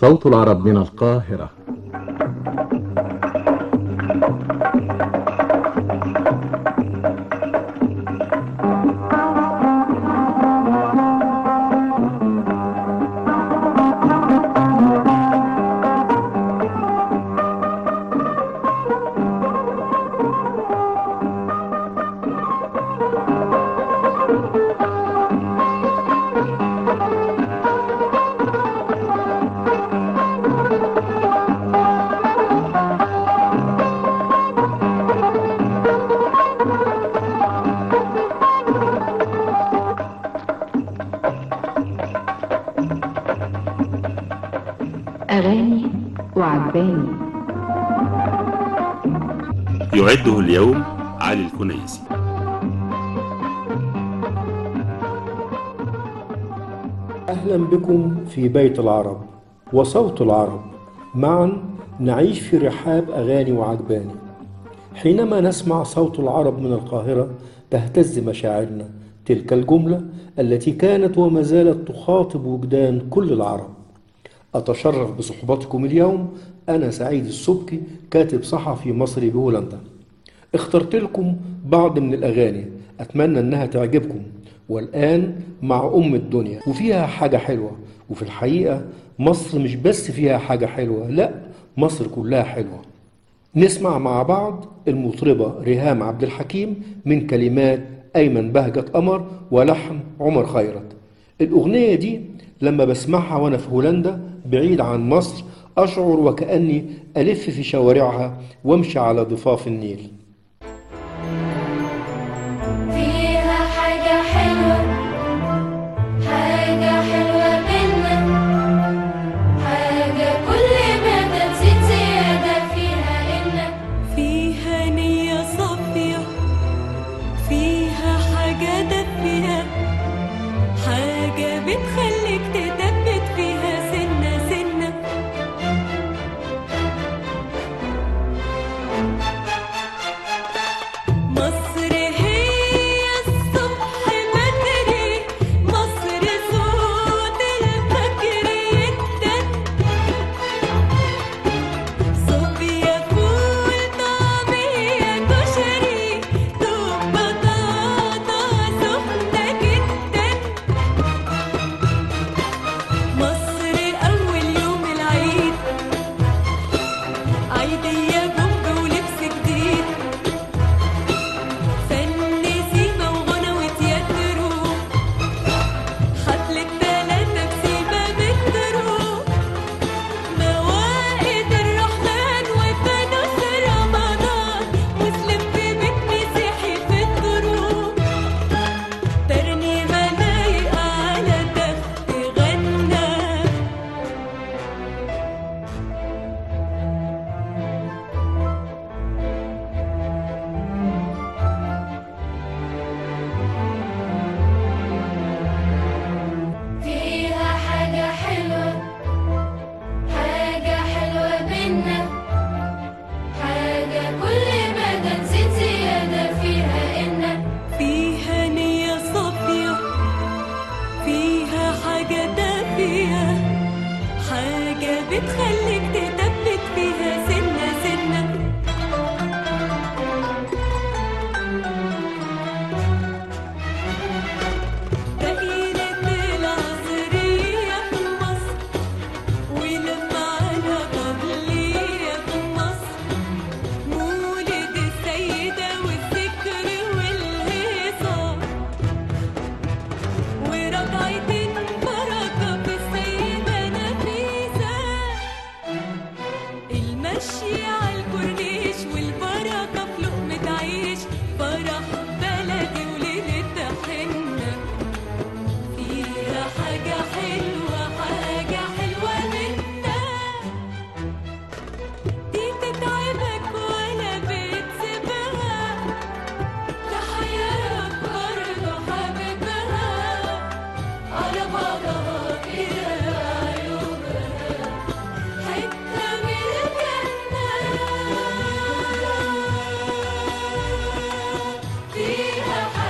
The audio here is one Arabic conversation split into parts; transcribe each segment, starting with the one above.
صوت العرب من القاهرة. أغاني وعجباني. يعده اليوم علي الكنيسي. أهلا بكم في بيت العرب وصوت العرب، معا نعيش في رحاب أغاني وعجباني. حينما نسمع صوت العرب من القاهرة تهتز مشاعرنا، تلك الجملة التي كانت وما زالت تخاطب وجدان كل العرب. أتشرف بصحبتكم اليوم، أنا سعيد السبكي، كاتب صحفي مصري بهولندا. اخترت لكم بعض من الأغاني أتمنى أنها تعجبكم. والآن مع أم الدنيا، وفيها حاجة حلوة. وفي الحقيقة مصر مش بس فيها حاجة حلوة، لا، مصر كلها حلوة. نسمع مع بعض المطربة ريهام عبد الحكيم من كلمات أيمن بهجت قمر ولحن عمر خيرت. الأغنية دي لما بسمعها وأنا في هولندا بعيد عن مصر أشعر وكأني ألف في شوارعها وامشي على ضفاف النيل.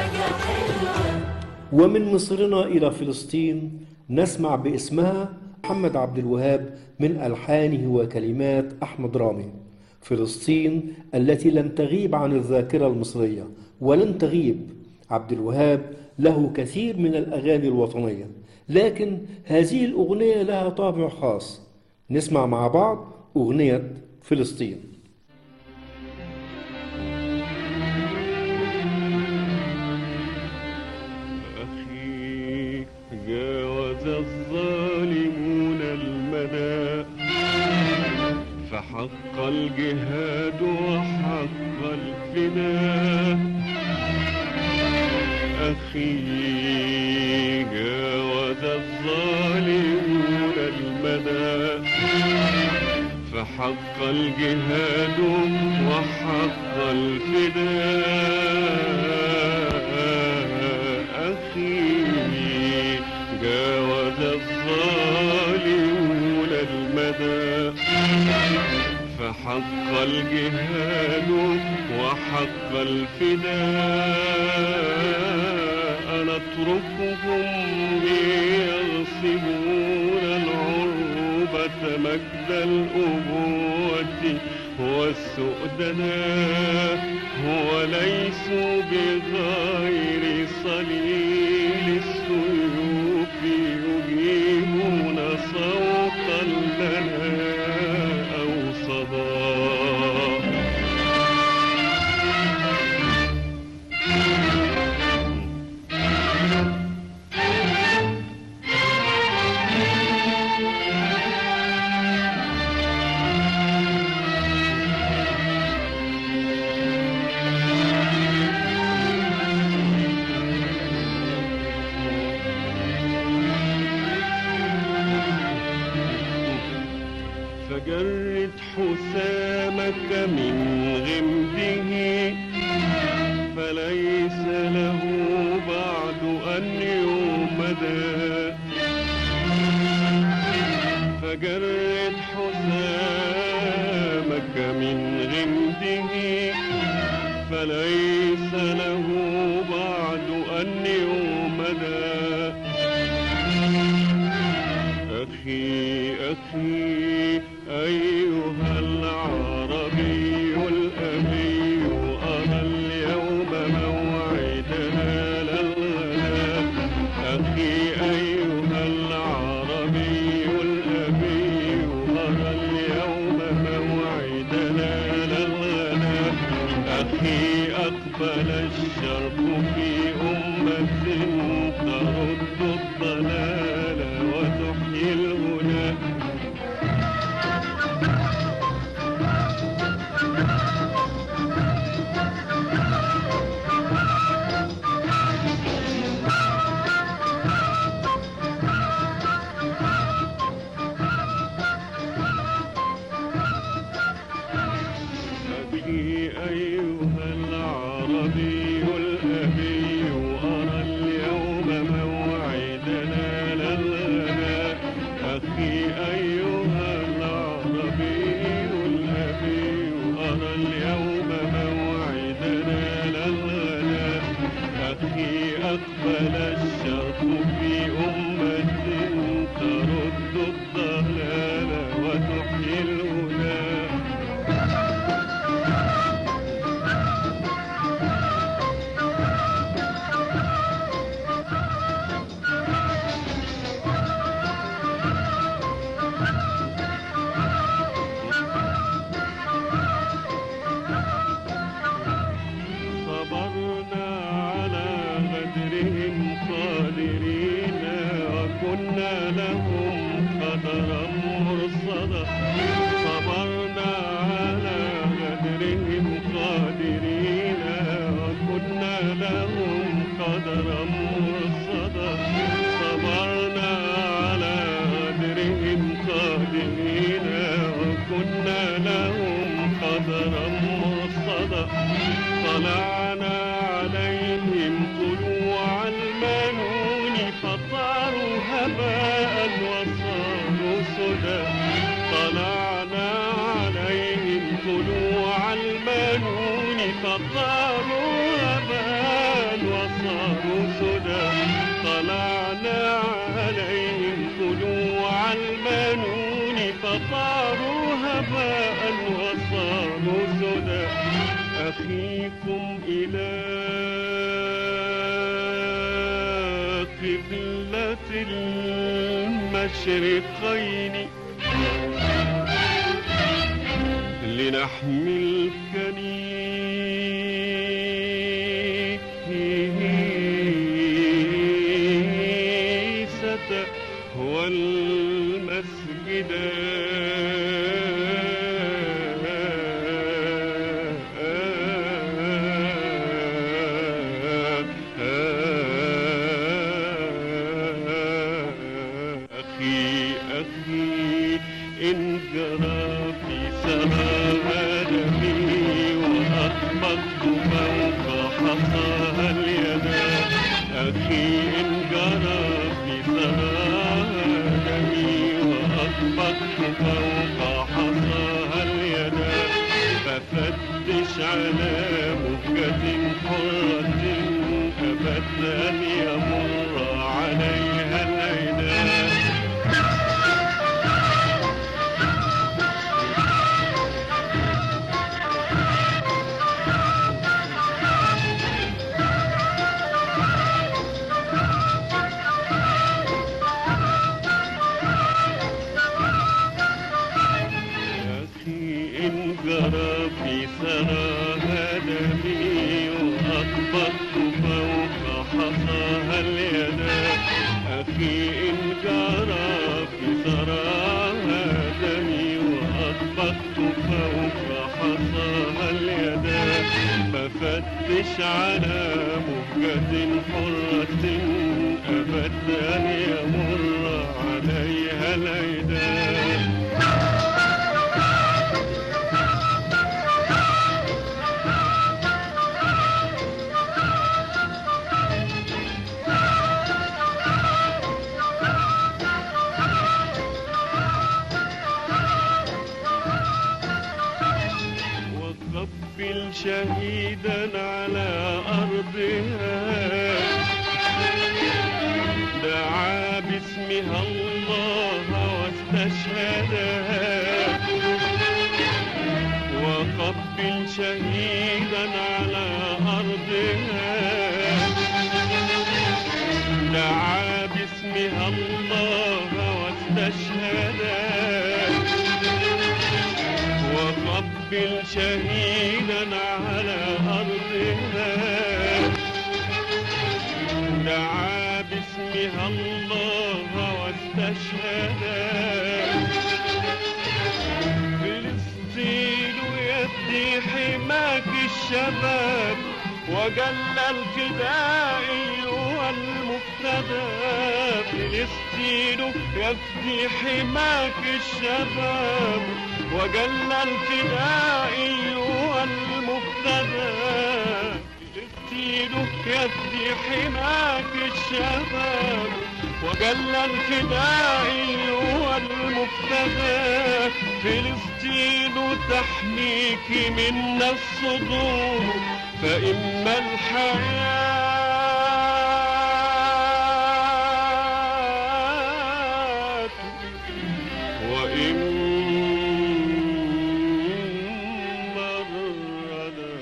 ومن مصرنا إلى فلسطين نسمع باسمها محمد عبد الوهاب من ألحانه وكلمات أحمد رامي. فلسطين التي لن تغيب عن الذاكرة المصرية ولن تغيب. عبد الوهاب له كثير من الأغاني الوطنية، لكن هذه الأغنية لها طابع خاص. نسمع مع بعض أغنية فلسطين. أخي جاوز الظالمون المدى، فحق الجهاد وحق الفداء. أخي جاوز الظالمون المدى، فحق الجهاد وحق الفداء. أخي جاوز الظالمون المدى، فحق الجهاد وحق الفداء. نتركهم يغصبون العروبة مجد الأبوة والسؤدداء، وليسوا بغير صليل السيوف يجيبون صوتا لنا أو صدى. فجرد حسامك من غمده، فليس له بعد أن يومدا. فجرد حسامك من غمده، فليس له بعد أن يومدا. أخي أخي أيها العربي الأبي، أرى اليوم موعدنا للغدا. أخي أيها العربي الأبي، أرى اليوم موعدنا للغدا. أخي أقبل الشرق في أمة ترد الضلال وتحيي الهدى. أيها العربي الأبي، أرى اليوم موعدنا للغدا. أخي أيها العربي الأبي، أرى اليوم موعدنا للغدا. أخي أقبل الشرق في أمة ترد الضلال وتحيي الهدى. صبرنا على غدرهم قادرين، وكنا لهم قدرا مرصدا. صبرنا على غدرهم قادرين، وكنا لهم قدرا مرصدا. صبرنا على غدرهم قادرين، وكنا لهم قدرا مرصدا. طلعنا عليهم طلوع المنون، فطاروا هباء وصاروا سدى. طلعنا عليهم طلوع المنون، فطاروا هباء وصاروا سدى. طلعنا عليهم طلوع المنون، فطاروا هباء وصاروا سدى. أخيكم إلى قبلة المشرقين لنحمي الكنيسة والمسجد إن جرى في سماء آدمي وأطبقت فوق حصاها اليدا. أخي إن جرى في سماء آدمي وأطبقت فوق حصاها اليدا. ففتش على مهجة حرة أبت أن يمر عليها العدا. إن جرى في سراها دمي وأطبقت فوق حصاها اليدا. أخي إن جرى في سراها دمي وأطبقت فوق حصاها اليدا. ففتش على مهجة حرة أبت أن يمر عليها العدا. وقبل شهيدا على أرضها دعا باسمها الله واستشهدها. وقبل شهيدا على أرضها دعا باسمها الله واستشهدها. وقبل شهيدا على أرضها دعا باسمها الله واستشهدا. فلسطين يفدي حماك الشباب وجل الفدائي والمفتدى. فلسطين يفدي حماك الشباب وجل الفدائي والمفتدى. فلسطين يفدي حماك الشباب وجل الفدائي والمفتدى. فلسطين تحميك منا الصدور فإما الحياة وإما الردى.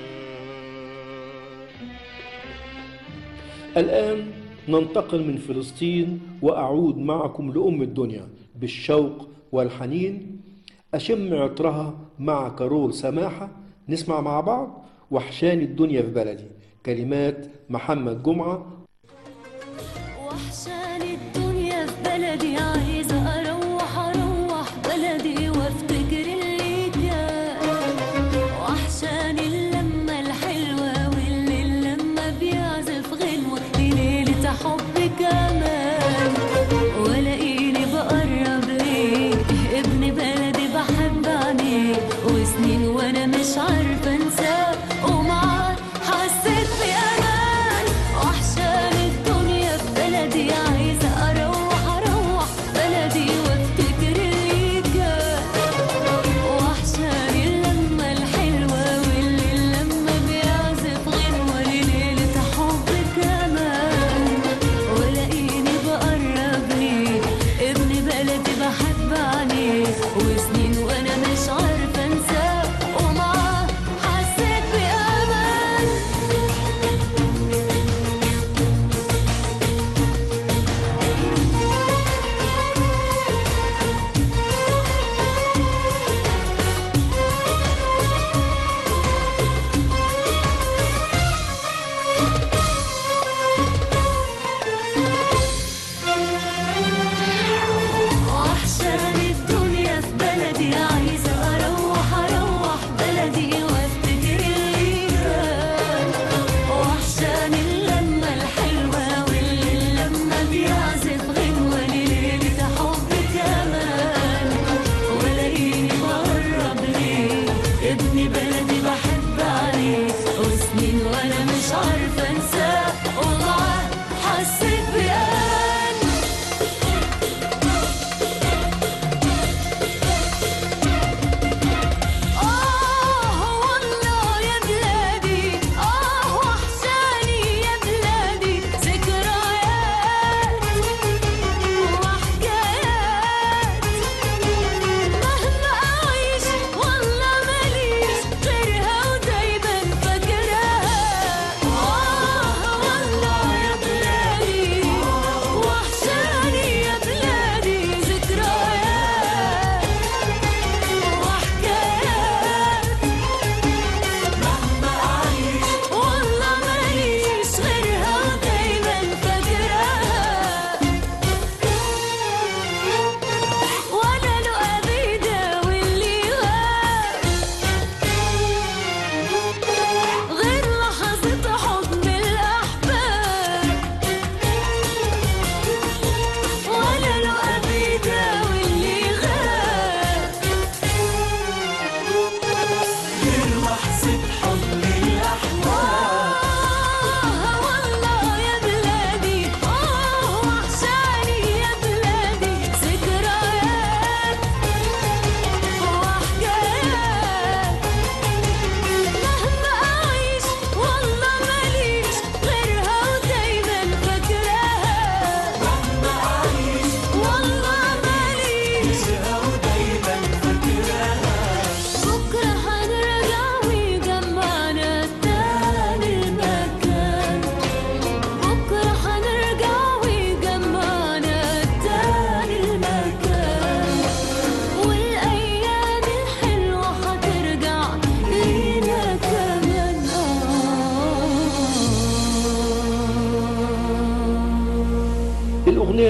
الآن ننتقل من فلسطين وأعود معكم لأم الدنيا بالشوق والحنين. أشم عطرها مع كارول سماحة. نسمع مع بعض وحشاني الدنيا في بلدي، كلمات محمد جمعة. وحشاني الدنيا في بلدي، عايزة أروح بلدي وافتكر اللي كان. وحشاني اللمة الحلوة والليل لما بيعزف غنوة لليلة حب كمان. ولاقيني بقرب ليه ابن بلدي بحب عينيه، وسنين وانا مش عارفة انساه ومعاه حسيت بأمان. وحشاني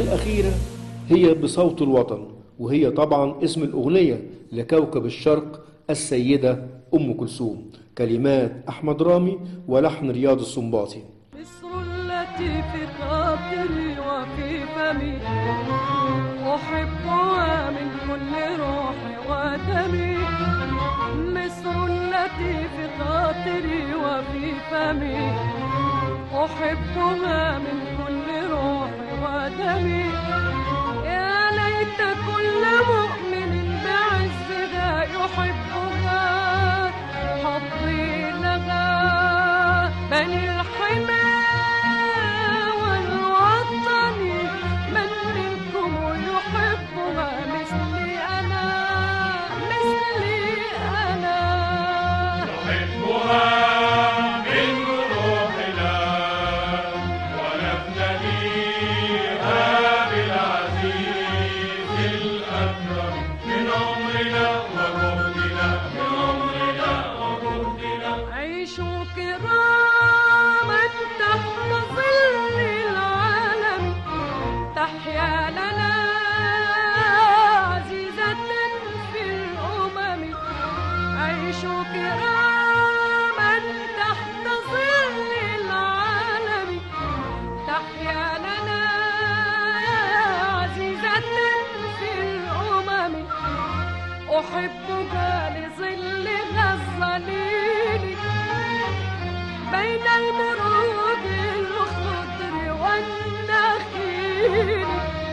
والأخيرة هي بصوت الوطن، وهي طبعا اسم الأغنية لكوكب الشرق السيدة أم كلثوم، كلمات أحمد رامي ولحن رياض السنباطي. مصر التي في خاطري وفي فمي أحبها من كل روحي ودمي. مصر التي في خاطري وفي فمي أحبها من كل روحي ودمي. يا ليت كل مؤمن بعزها يحبها، حظي لها بني الحمى والوطن، من منكم يحبها مثلي أنا، مثلي أنا. نحبها من روحنا ونفتديها بالعزيز الأكرم، من عمرنا وجهدنا، من عمرنا وجهدنا. عيشوا كراما تحت ظل العالم، تحيا لنا عزيزة في الأمم. عيشوا كراما تحت ظل العالم، تحيا لنا عزيزة في الأمم. أحبك لظلها الظليل بين المروج الخضر والنخيل.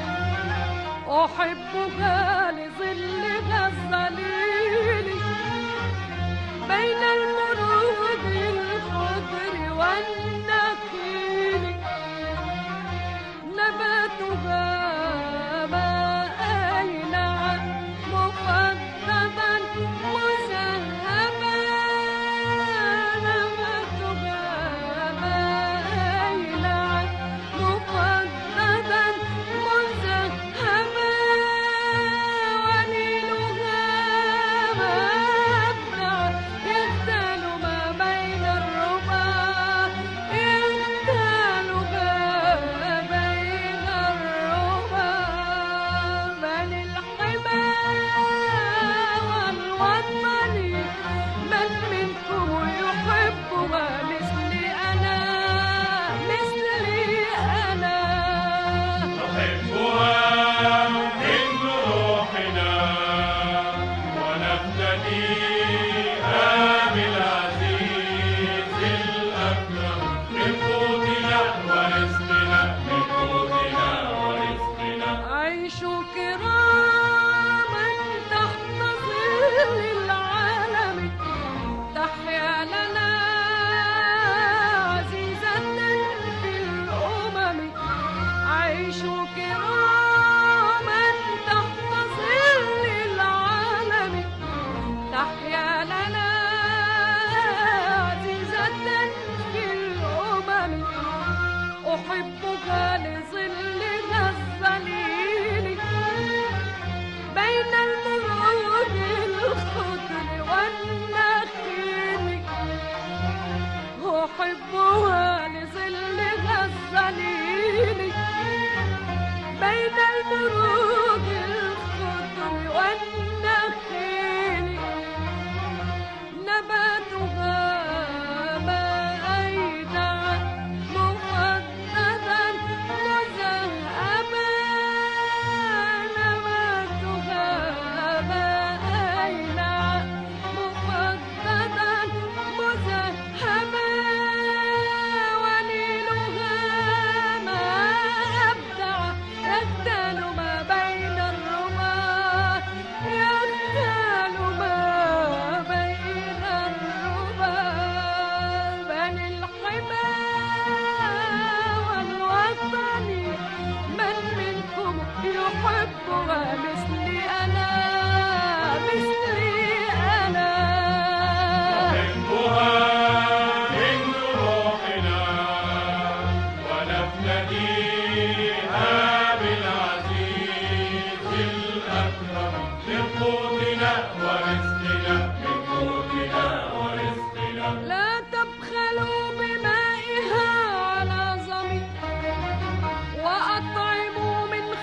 أحبك لظلها الظليل بين المروج الخضر والنخيل. نباتها ما أينع مفضبا مذهبا. نباتها ما أينع مفضبا مذهبا. ونيلها ما أبدع يغتال ما بين الربا، يغتال ما بين الربا. بل الحمى والوطن، من منكم يحبها مثلي أنا، مثلي أنا. نحبها من روحنا ونفتديها بالعزيز الأكرم، من قوتنا ورزقنا، من قوتنا ورزقنا. عيشوا كراما تحت ظل العالم، تحيا لنا عزيزة في الأمم. عيشوا كراما تحت ظل العالم، تحيا لنا عزيزة في الأمم. أحبها لظلها الظليل بين المروج الخضر والنخيل. أحبها لظلها الظليل بين المروج الخضر والنخيل. نباتها ما أينع مفضبا مذهبا. نباتها ما أينع مفضبا مذهبا. ونيلها ما أبدع يغتال ما بين الربا، يغتال ما بين الربا. بل الحمى والوطن، من منكم يحبها مثلي أنا، مثلي أنا. نحبها من روحنا ونفتديها بالعزيز الأكرم، من قوتنا ورزقنا، من قوتنا ورزقنا. لا تبخلوا بمائها على ظمي، وأطعموا من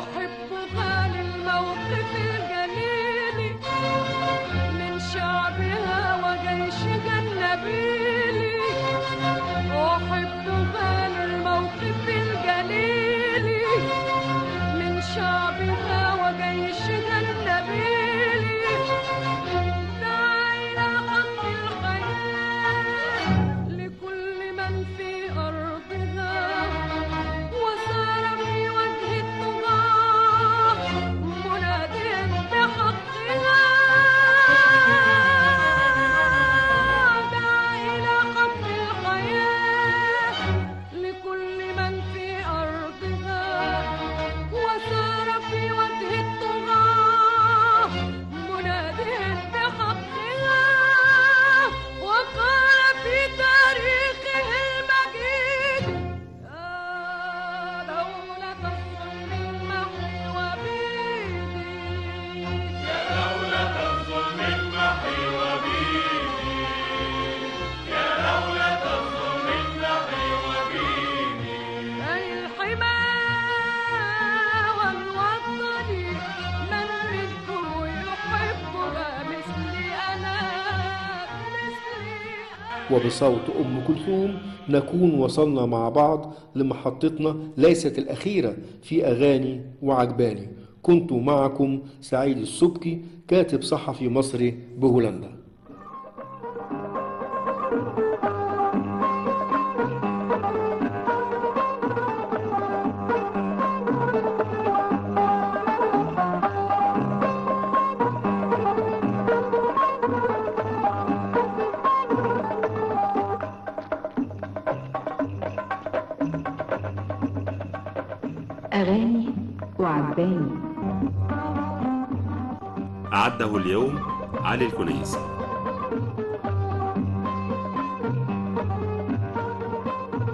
أحب غالي الموقف الجليل من شعبها وجيشها النبيل. أحب غالي الموقف الجليل من شعبها وجيشها النبيل. دعا إلى خط الحياة لكل من في أرضها وسار في وجه الطغاة مناديا بحقها. دعا إلى خط الحياة لكل من في أرضها وسار في وجه الطغاة مناديا بحقها. وقال في تاريخه المجيد يا دولة الظلم المحي وبيدي. يا دولة الظلم المحي وبيدي. يا دولة الظلم المحي وبيدي. أي الحمى والوطن من منكم يحبها مثلي أنا مثلي أنا. وبصوت أم كلثوم نكون وصلنا مع بعض لمحطتنا ليست الأخيرة في أغاني وعجباني. كنت معكم سعيد السبكي كاتب صحفي مصري بهولندا. أغاني وعجباني. أعده اليوم علي الكنيسي.